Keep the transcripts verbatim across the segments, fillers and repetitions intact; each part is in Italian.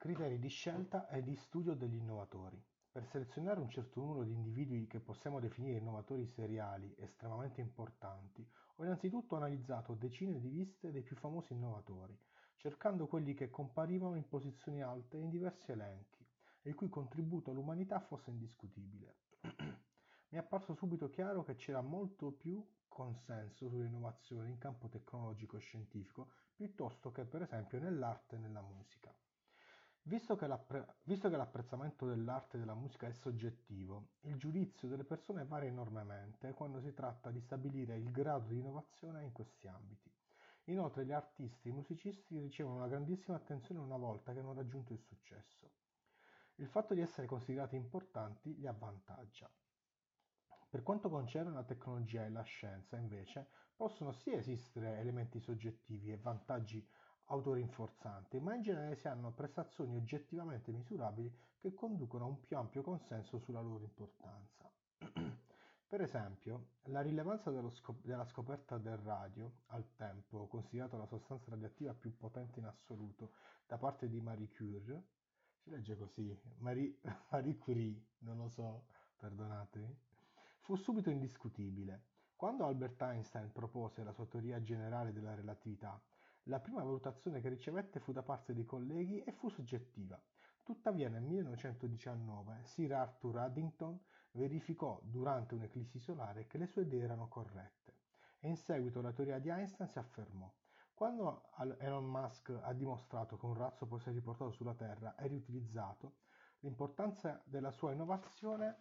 Criteri di scelta e di studio degli innovatori. Per selezionare un certo numero di individui che possiamo definire innovatori seriali estremamente importanti, ho innanzitutto analizzato decine di liste dei più famosi innovatori, cercando quelli che comparivano in posizioni alte in diversi elenchi e il cui contributo all'umanità fosse indiscutibile. Mi è apparso subito chiaro che c'era molto più consenso sull'innovazione in campo tecnologico e scientifico piuttosto che per esempio nell'arte e nella musica. Visto che, l'appre- visto che l'apprezzamento dell'arte e della musica è soggettivo, il giudizio delle persone varia enormemente quando si tratta di stabilire il grado di innovazione in questi ambiti. Inoltre gli artisti e i musicisti ricevono una grandissima attenzione una volta che hanno raggiunto il successo. Il fatto di essere considerati importanti li avvantaggia. Per quanto concerne la tecnologia e la scienza, invece, possono sì esistere elementi soggettivi e vantaggi autorinforzanti, ma in genere si hanno prestazioni oggettivamente misurabili che conducono a un più ampio consenso sulla loro importanza. Per esempio, la rilevanza dello scop- della scoperta del radio, al tempo considerata la sostanza radioattiva più potente in assoluto da parte di Marie Curie, si legge così, Marie, Marie Curie, non lo so, perdonatemi, fu subito indiscutibile. Quando Albert Einstein propose la sua teoria generale della relatività, la prima valutazione che ricevette fu da parte dei colleghi e fu soggettiva. Tuttavia nel millenovecentodiciannove Sir Arthur Eddington verificò durante un'eclissi solare che le sue idee erano corrette e in seguito la teoria di Einstein si affermò. Quando Elon Musk ha dimostrato che un razzo può essere riportato sulla Terra e riutilizzato, l'importanza della sua innovazione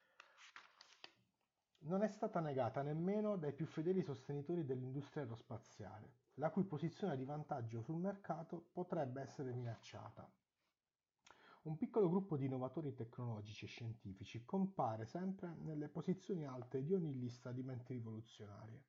non è stata negata nemmeno dai più fedeli sostenitori dell'industria aerospaziale, la cui posizione di vantaggio sul mercato potrebbe essere minacciata. Un piccolo gruppo di innovatori tecnologici e scientifici compare sempre nelle posizioni alte di ogni lista di menti rivoluzionarie,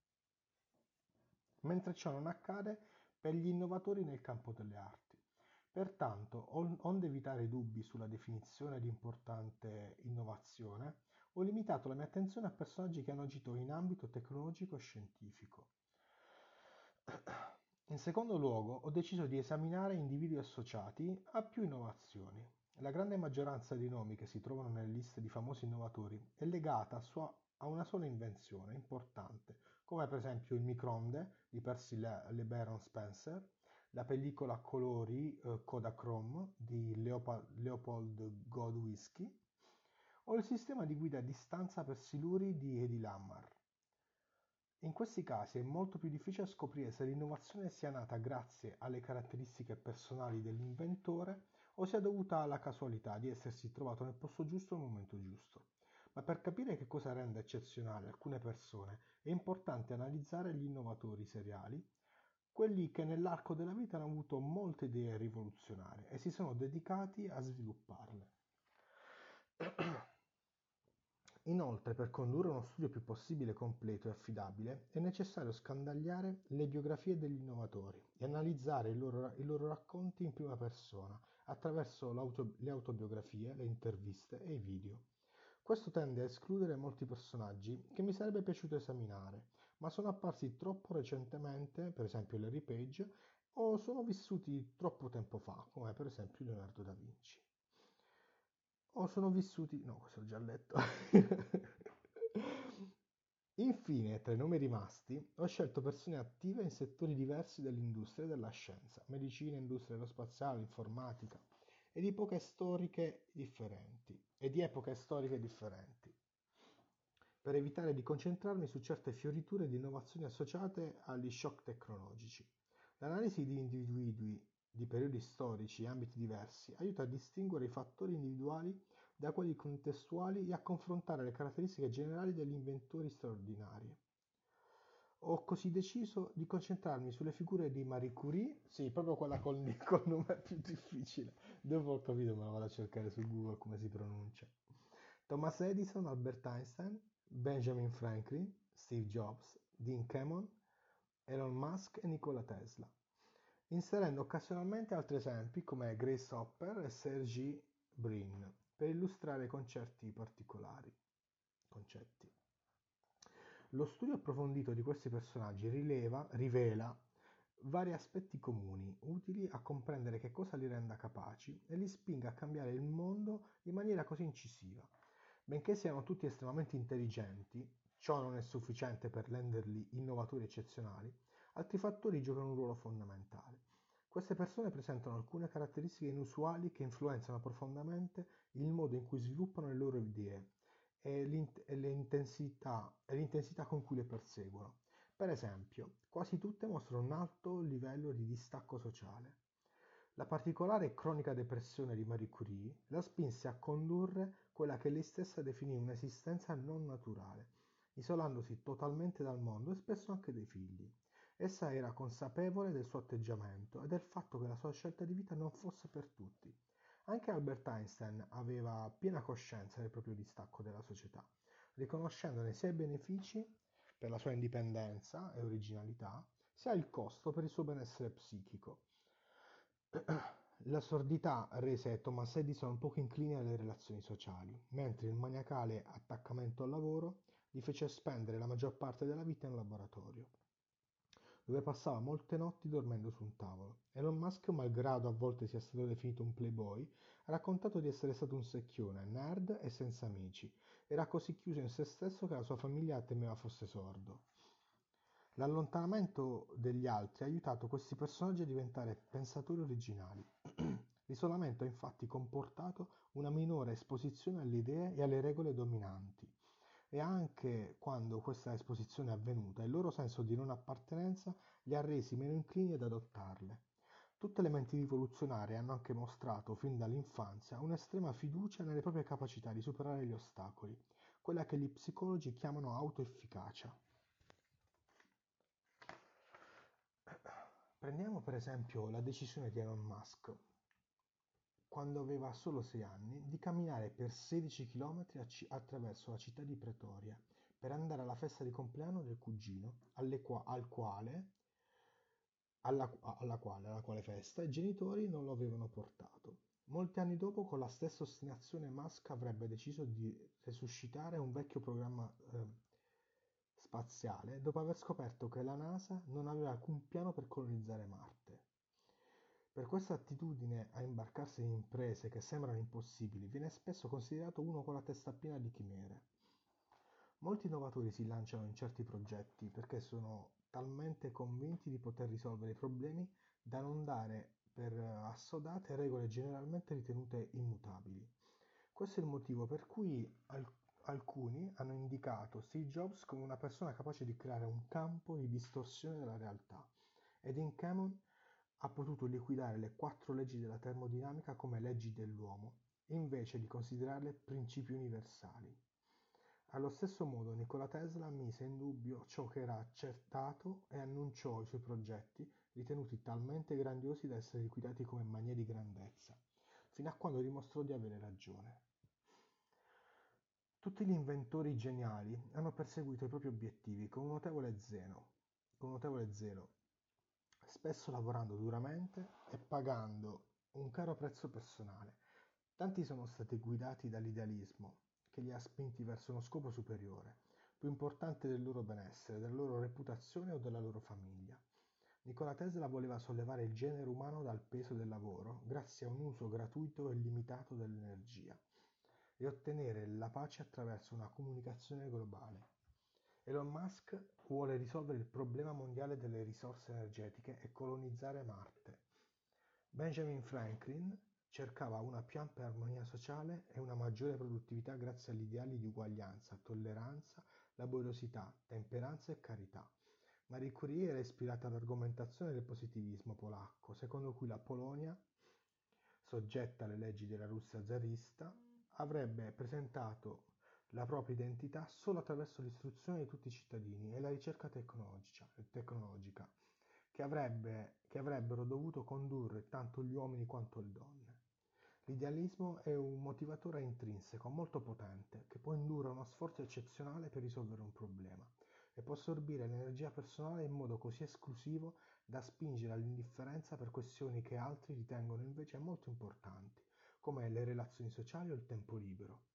mentre ciò non accade per gli innovatori nel campo delle arti. Pertanto, on- onde evitare dubbi sulla definizione di importante innovazione, ho limitato la mia attenzione a personaggi che hanno agito in ambito tecnologico e scientifico. In secondo luogo, ho deciso di esaminare individui associati a più innovazioni. La grande maggioranza dei nomi che si trovano nelle liste di famosi innovatori è legata a, sua- a una sola invenzione importante, come per esempio il microonde di Percy Le- LeBaron Spencer, la pellicola a colori eh, Kodachrome di Leopa- Leopold Godwinski o il sistema di guida a distanza per siluri di Hedy Lamarr. In questi casi è molto più difficile scoprire se l'innovazione sia nata grazie alle caratteristiche personali dell'inventore o sia dovuta alla casualità di essersi trovato nel posto giusto al momento giusto. Ma per capire che cosa rende eccezionali alcune persone è importante analizzare gli innovatori seriali, quelli che nell'arco della vita hanno avuto molte idee rivoluzionarie e si sono dedicati a svilupparle. Inoltre, per condurre uno studio più possibile completo e affidabile, è necessario scandagliare le biografie degli innovatori e analizzare i loro, i loro racconti in prima persona, attraverso l'auto- le autobiografie, le interviste e i video. Questo tende a escludere molti personaggi che mi sarebbe piaciuto esaminare, ma sono apparsi troppo recentemente, per esempio Larry Page, o sono vissuti troppo tempo fa, come per esempio Leonardo da Vinci. O sono vissuti... No, questo l'ho già letto. Infine, tra i nomi rimasti, ho scelto persone attive in settori diversi dell'industria e della scienza, medicina, industria aerospaziale, informatica, e di epoche storiche differenti, e di epoche storiche differenti, per evitare di concentrarmi su certe fioriture di innovazioni associate agli shock tecnologici. L'analisi di individui di periodi storici e ambiti diversi aiuta a distinguere i fattori individuali da quelli contestuali e a confrontare le caratteristiche generali degli inventori straordinari. Ho così deciso di concentrarmi sulle figure di Marie Curie, sì, proprio quella col, col nome più difficile. Dopo ho capito, me la vado a cercare su Google come si pronuncia. Thomas Edison, Albert Einstein, Benjamin Franklin, Steve Jobs, Dean Cameron, Elon Musk e Nikola Tesla, inserendo occasionalmente altri esempi come Grace Hopper e Sergey Brin per illustrare concetti particolari. Concetti. Lo studio approfondito di questi personaggi rileva, rivela vari aspetti comuni, utili a comprendere che cosa li renda capaci e li spinga a cambiare il mondo in maniera così incisiva. Benché siano tutti estremamente intelligenti, ciò non è sufficiente per renderli innovatori eccezionali, altri fattori giocano un ruolo fondamentale. Queste persone presentano alcune caratteristiche inusuali che influenzano profondamente il modo in cui sviluppano le loro idee e l'intensità, e l'intensità con cui le perseguono. Per esempio, quasi tutte mostrano un alto livello di distacco sociale. La particolare e cronica depressione di Marie Curie la spinse a condurre quella che lei stessa definì un'esistenza non naturale, isolandosi totalmente dal mondo e spesso anche dai figli. Essa era consapevole del suo atteggiamento e del fatto che la sua scelta di vita non fosse per tutti. Anche Albert Einstein aveva piena coscienza del proprio distacco dalla società, riconoscendone sia i benefici per la sua indipendenza e originalità, sia il costo per il suo benessere psichico. La sordità rese Thomas Edison poco incline alle relazioni sociali, mentre il maniacale attaccamento al lavoro gli fece spendere la maggior parte della vita in laboratorio, dove passava molte notti dormendo su un tavolo. Elon Musk, malgrado a volte sia stato definito un playboy, ha raccontato di essere stato un secchione, nerd e senza amici. Era così chiuso in se stesso che la sua famiglia temeva fosse sordo. L'allontanamento degli altri ha aiutato questi personaggi a diventare pensatori originali. L'isolamento ha infatti comportato una minore esposizione alle idee e alle regole dominanti, e anche quando questa esposizione è avvenuta, il loro senso di non appartenenza li ha resi meno inclini ad adottarle. Tutte le menti rivoluzionarie hanno anche mostrato fin dall'infanzia un'estrema fiducia nelle proprie capacità di superare gli ostacoli, quella che gli psicologi chiamano autoefficacia. Prendiamo per esempio la decisione di Elon Musk, quando aveva solo sei anni, di camminare per sedici chilometri attraverso la città di Pretoria per andare alla festa di compleanno del cugino, alle qua- al quale, alla, alla quale, alla quale festa i genitori non lo avevano portato. Molti anni dopo, con la stessa ostinazione, Musk avrebbe deciso di resuscitare un vecchio programma eh, spaziale dopo aver scoperto che la NASA non aveva alcun piano per colonizzare Marte. Per questa attitudine a imbarcarsi in imprese che sembrano impossibili viene spesso considerato uno con la testa piena di chimere. Molti innovatori si lanciano in certi progetti perché sono talmente convinti di poter risolvere i problemi da non dare per assodate regole generalmente ritenute immutabili. Questo è il motivo per cui alc- alcuni hanno indicato Steve Jobs come una persona capace di creare un campo di distorsione della realtà, ed Dean Kamen ha potuto liquidare le quattro leggi della termodinamica come leggi dell'uomo, invece di considerarle principi universali. Allo stesso modo Nikola Tesla mise in dubbio ciò che era accertato e annunciò i suoi progetti, ritenuti talmente grandiosi da essere liquidati come manie di grandezza, fino a quando dimostrò di avere ragione. Tutti gli inventori geniali hanno perseguito i propri obiettivi con un notevole zelo, con un notevole zelo, spesso lavorando duramente e pagando un caro prezzo personale. Tanti sono stati guidati dall'idealismo, che li ha spinti verso uno scopo superiore, più importante del loro benessere, della loro reputazione o della loro famiglia. Nikola Tesla voleva sollevare il genere umano dal peso del lavoro grazie a un uso gratuito e limitato dell'energia e ottenere la pace attraverso una comunicazione globale. Elon Musk vuole risolvere il problema mondiale delle risorse energetiche e colonizzare Marte. Benjamin Franklin cercava una più ampia armonia sociale e una maggiore produttività grazie agli ideali di uguaglianza, tolleranza, laboriosità, temperanza e carità. Marie Curie era ispirata all'argomentazione del positivismo polacco, secondo cui la Polonia, soggetta alle leggi della Russia zarista, avrebbe presentato la propria identità solo attraverso l'istruzione di tutti i cittadini e la ricerca tecnologica, tecnologica che, avrebbe, che avrebbero dovuto condurre tanto gli uomini quanto le donne. L'idealismo è un motivatore intrinseco molto potente che può indurre uno sforzo eccezionale per risolvere un problema e può assorbire l'energia personale in modo così esclusivo da spingere all'indifferenza per questioni che altri ritengono invece molto importanti, come le relazioni sociali o il tempo libero.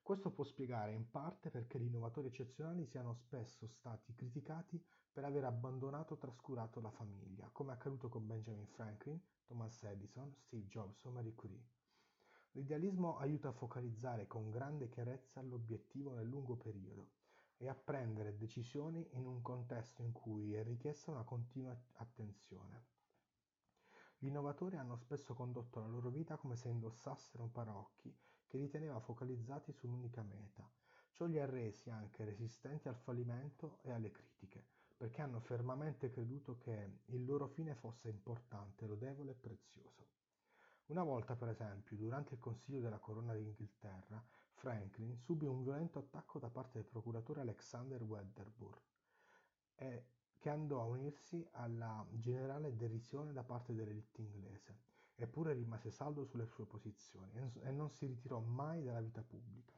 Questo può spiegare in parte perché gli innovatori eccezionali siano spesso stati criticati per aver abbandonato o trascurato la famiglia, come è accaduto con Benjamin Franklin, Thomas Edison, Steve Jobs o Marie Curie. L'idealismo aiuta a focalizzare con grande chiarezza l'obiettivo nel lungo periodo e a prendere decisioni in un contesto in cui è richiesta una continua attenzione. Gli innovatori hanno spesso condotto la loro vita come se indossassero un paraocchi che li teneva focalizzati su un'unica meta. Ciò li ha resi anche resistenti al fallimento e alle critiche, perché hanno fermamente creduto che il loro fine fosse importante, lodevole e prezioso. Una volta, per esempio, durante il Consiglio della Corona d'Inghilterra, Franklin subì un violento attacco da parte del procuratore Alexander Wedderburn, e che andò a unirsi alla generale derisione da parte dell'elite inglese, eppure rimase saldo sulle sue posizioni e non si ritirò mai dalla vita pubblica,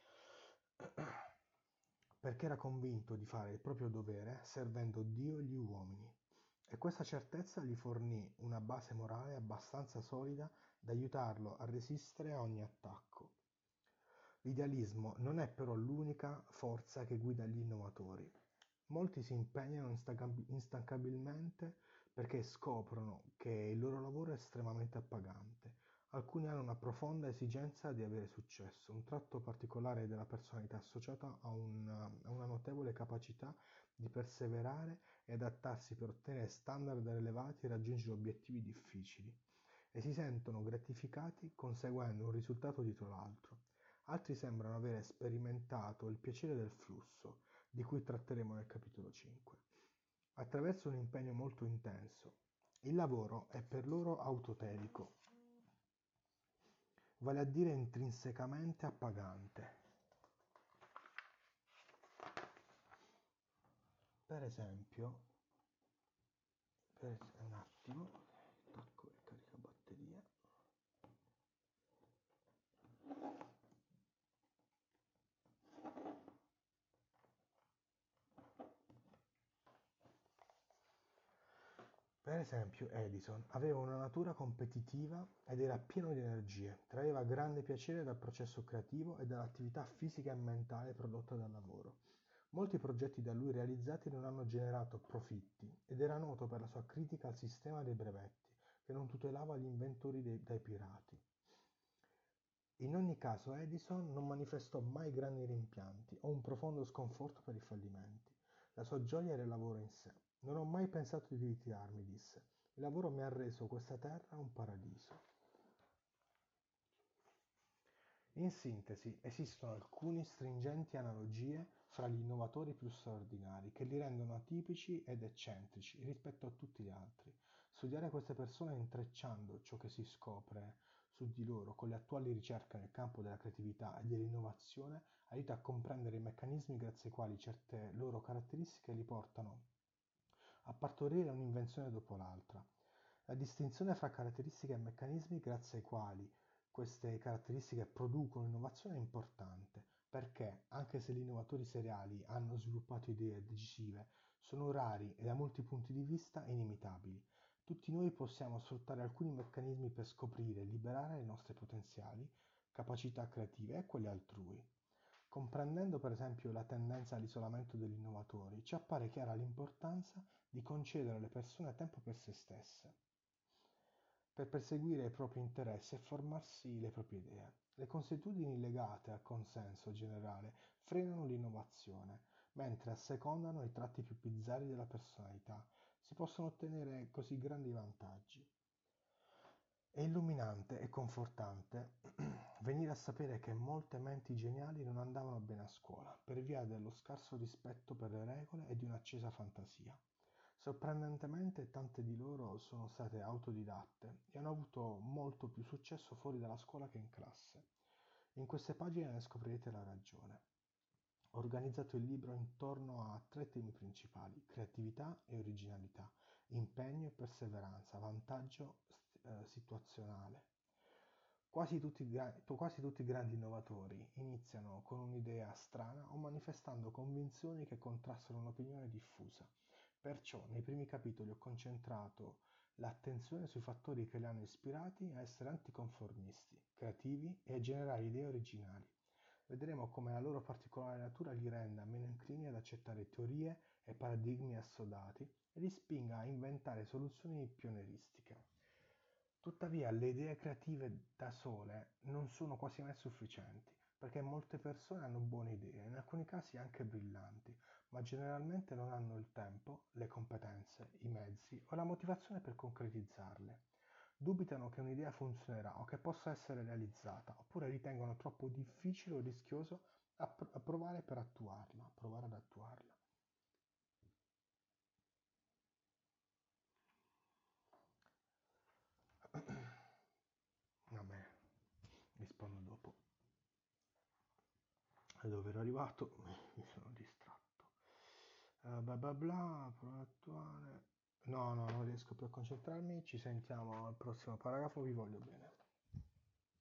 perché era convinto di fare il proprio dovere servendo Dio e gli uomini, e questa certezza gli fornì una base morale abbastanza solida da aiutarlo a resistere a ogni attacco. L'idealismo non è però l'unica forza che guida gli innovatori. Molti si impegnano instancabilmente perché scoprono che il loro lavoro è estremamente appagante. Alcuni hanno una profonda esigenza di avere successo, un tratto particolare della personalità associata a una, a una notevole capacità di perseverare e adattarsi per ottenere standard elevati e raggiungere obiettivi difficili, e si sentono gratificati conseguendo un risultato dietro l'altro. Altri sembrano avere sperimentato il piacere del flusso, di cui tratteremo nel capitolo cinque, attraverso un impegno molto intenso. Il lavoro è per loro autotelico, vale a dire intrinsecamente appagante. Per esempio, per un attimo, attacco e carica batteria. Per esempio, Edison aveva una natura competitiva ed era pieno di energie, traeva grande piacere dal processo creativo e dall'attività fisica e mentale prodotta dal lavoro. Molti progetti da lui realizzati non hanno generato profitti ed era noto per la sua critica al sistema dei brevetti, che non tutelava gli inventori dei, dai pirati. In ogni caso Edison non manifestò mai grandi rimpianti o un profondo sconforto per i fallimenti. La sua gioia era il lavoro in sé. Non ho mai pensato di ritirarmi, disse. Il lavoro mi ha reso questa terra un paradiso. In sintesi, esistono alcune stringenti analogie fra gli innovatori più straordinari che li rendono atipici ed eccentrici rispetto a tutti gli altri. Studiare queste persone intrecciando ciò che si scopre su di loro con le attuali ricerche nel campo della creatività e dell'innovazione aiuta a comprendere i meccanismi grazie ai quali certe loro caratteristiche li portano a partorire un'invenzione dopo l'altra. La distinzione fra caratteristiche e meccanismi grazie ai quali queste caratteristiche producono innovazione è importante, perché, anche se gli innovatori seriali hanno sviluppato idee decisive, sono rari e da molti punti di vista inimitabili. Tutti noi possiamo sfruttare alcuni meccanismi per scoprire e liberare le nostre potenziali capacità creative e quelle altrui. Comprendendo per esempio la tendenza all'isolamento degli innovatori, ci appare chiara l'importanza di concedere alle persone tempo per se stesse, per perseguire i propri interessi e formarsi le proprie idee. Le consuetudini legate al consenso generale frenano l'innovazione, mentre assecondano i tratti più bizzarri della personalità. Si possono ottenere così grandi vantaggi. È illuminante e confortante venire a sapere che molte menti geniali non andavano bene a scuola per via dello scarso rispetto per le regole e di un'accesa fantasia. Sorprendentemente tante di loro sono state autodidatte e hanno avuto molto più successo fuori dalla scuola che in classe. In queste pagine ne scoprirete la ragione. Ho organizzato il libro intorno a tre temi principali: creatività e originalità, impegno e perseveranza, vantaggio eh, situazionale. Quasi tutti, quasi tutti i grandi innovatori iniziano con un'idea strana o manifestando convinzioni che contrastano un'opinione diffusa. Perciò nei primi capitoli ho concentrato l'attenzione sui fattori che li hanno ispirati a essere anticonformisti, creativi e a generare idee originali. Vedremo come la loro particolare natura li renda meno inclini ad accettare teorie e paradigmi assodati e li spinga a inventare soluzioni pionieristiche. Tuttavia, le idee creative da sole non sono quasi mai sufficienti, perché molte persone hanno buone idee, in alcuni casi anche brillanti, ma generalmente non hanno il tempo, le competenze, i mezzi o la motivazione per concretizzarle. Dubitano che un'idea funzionerà o che possa essere realizzata, oppure ritengono troppo difficile o rischioso a, pr- a provare per attuarla, a provare ad attuarla. Vabbè, rispondo dopo. Da dove ero arrivato mi sono distratto. Uh, bla bla bla, prova attuale. No, no, non riesco più a concentrarmi. Ci sentiamo al prossimo paragrafo. Vi voglio bene.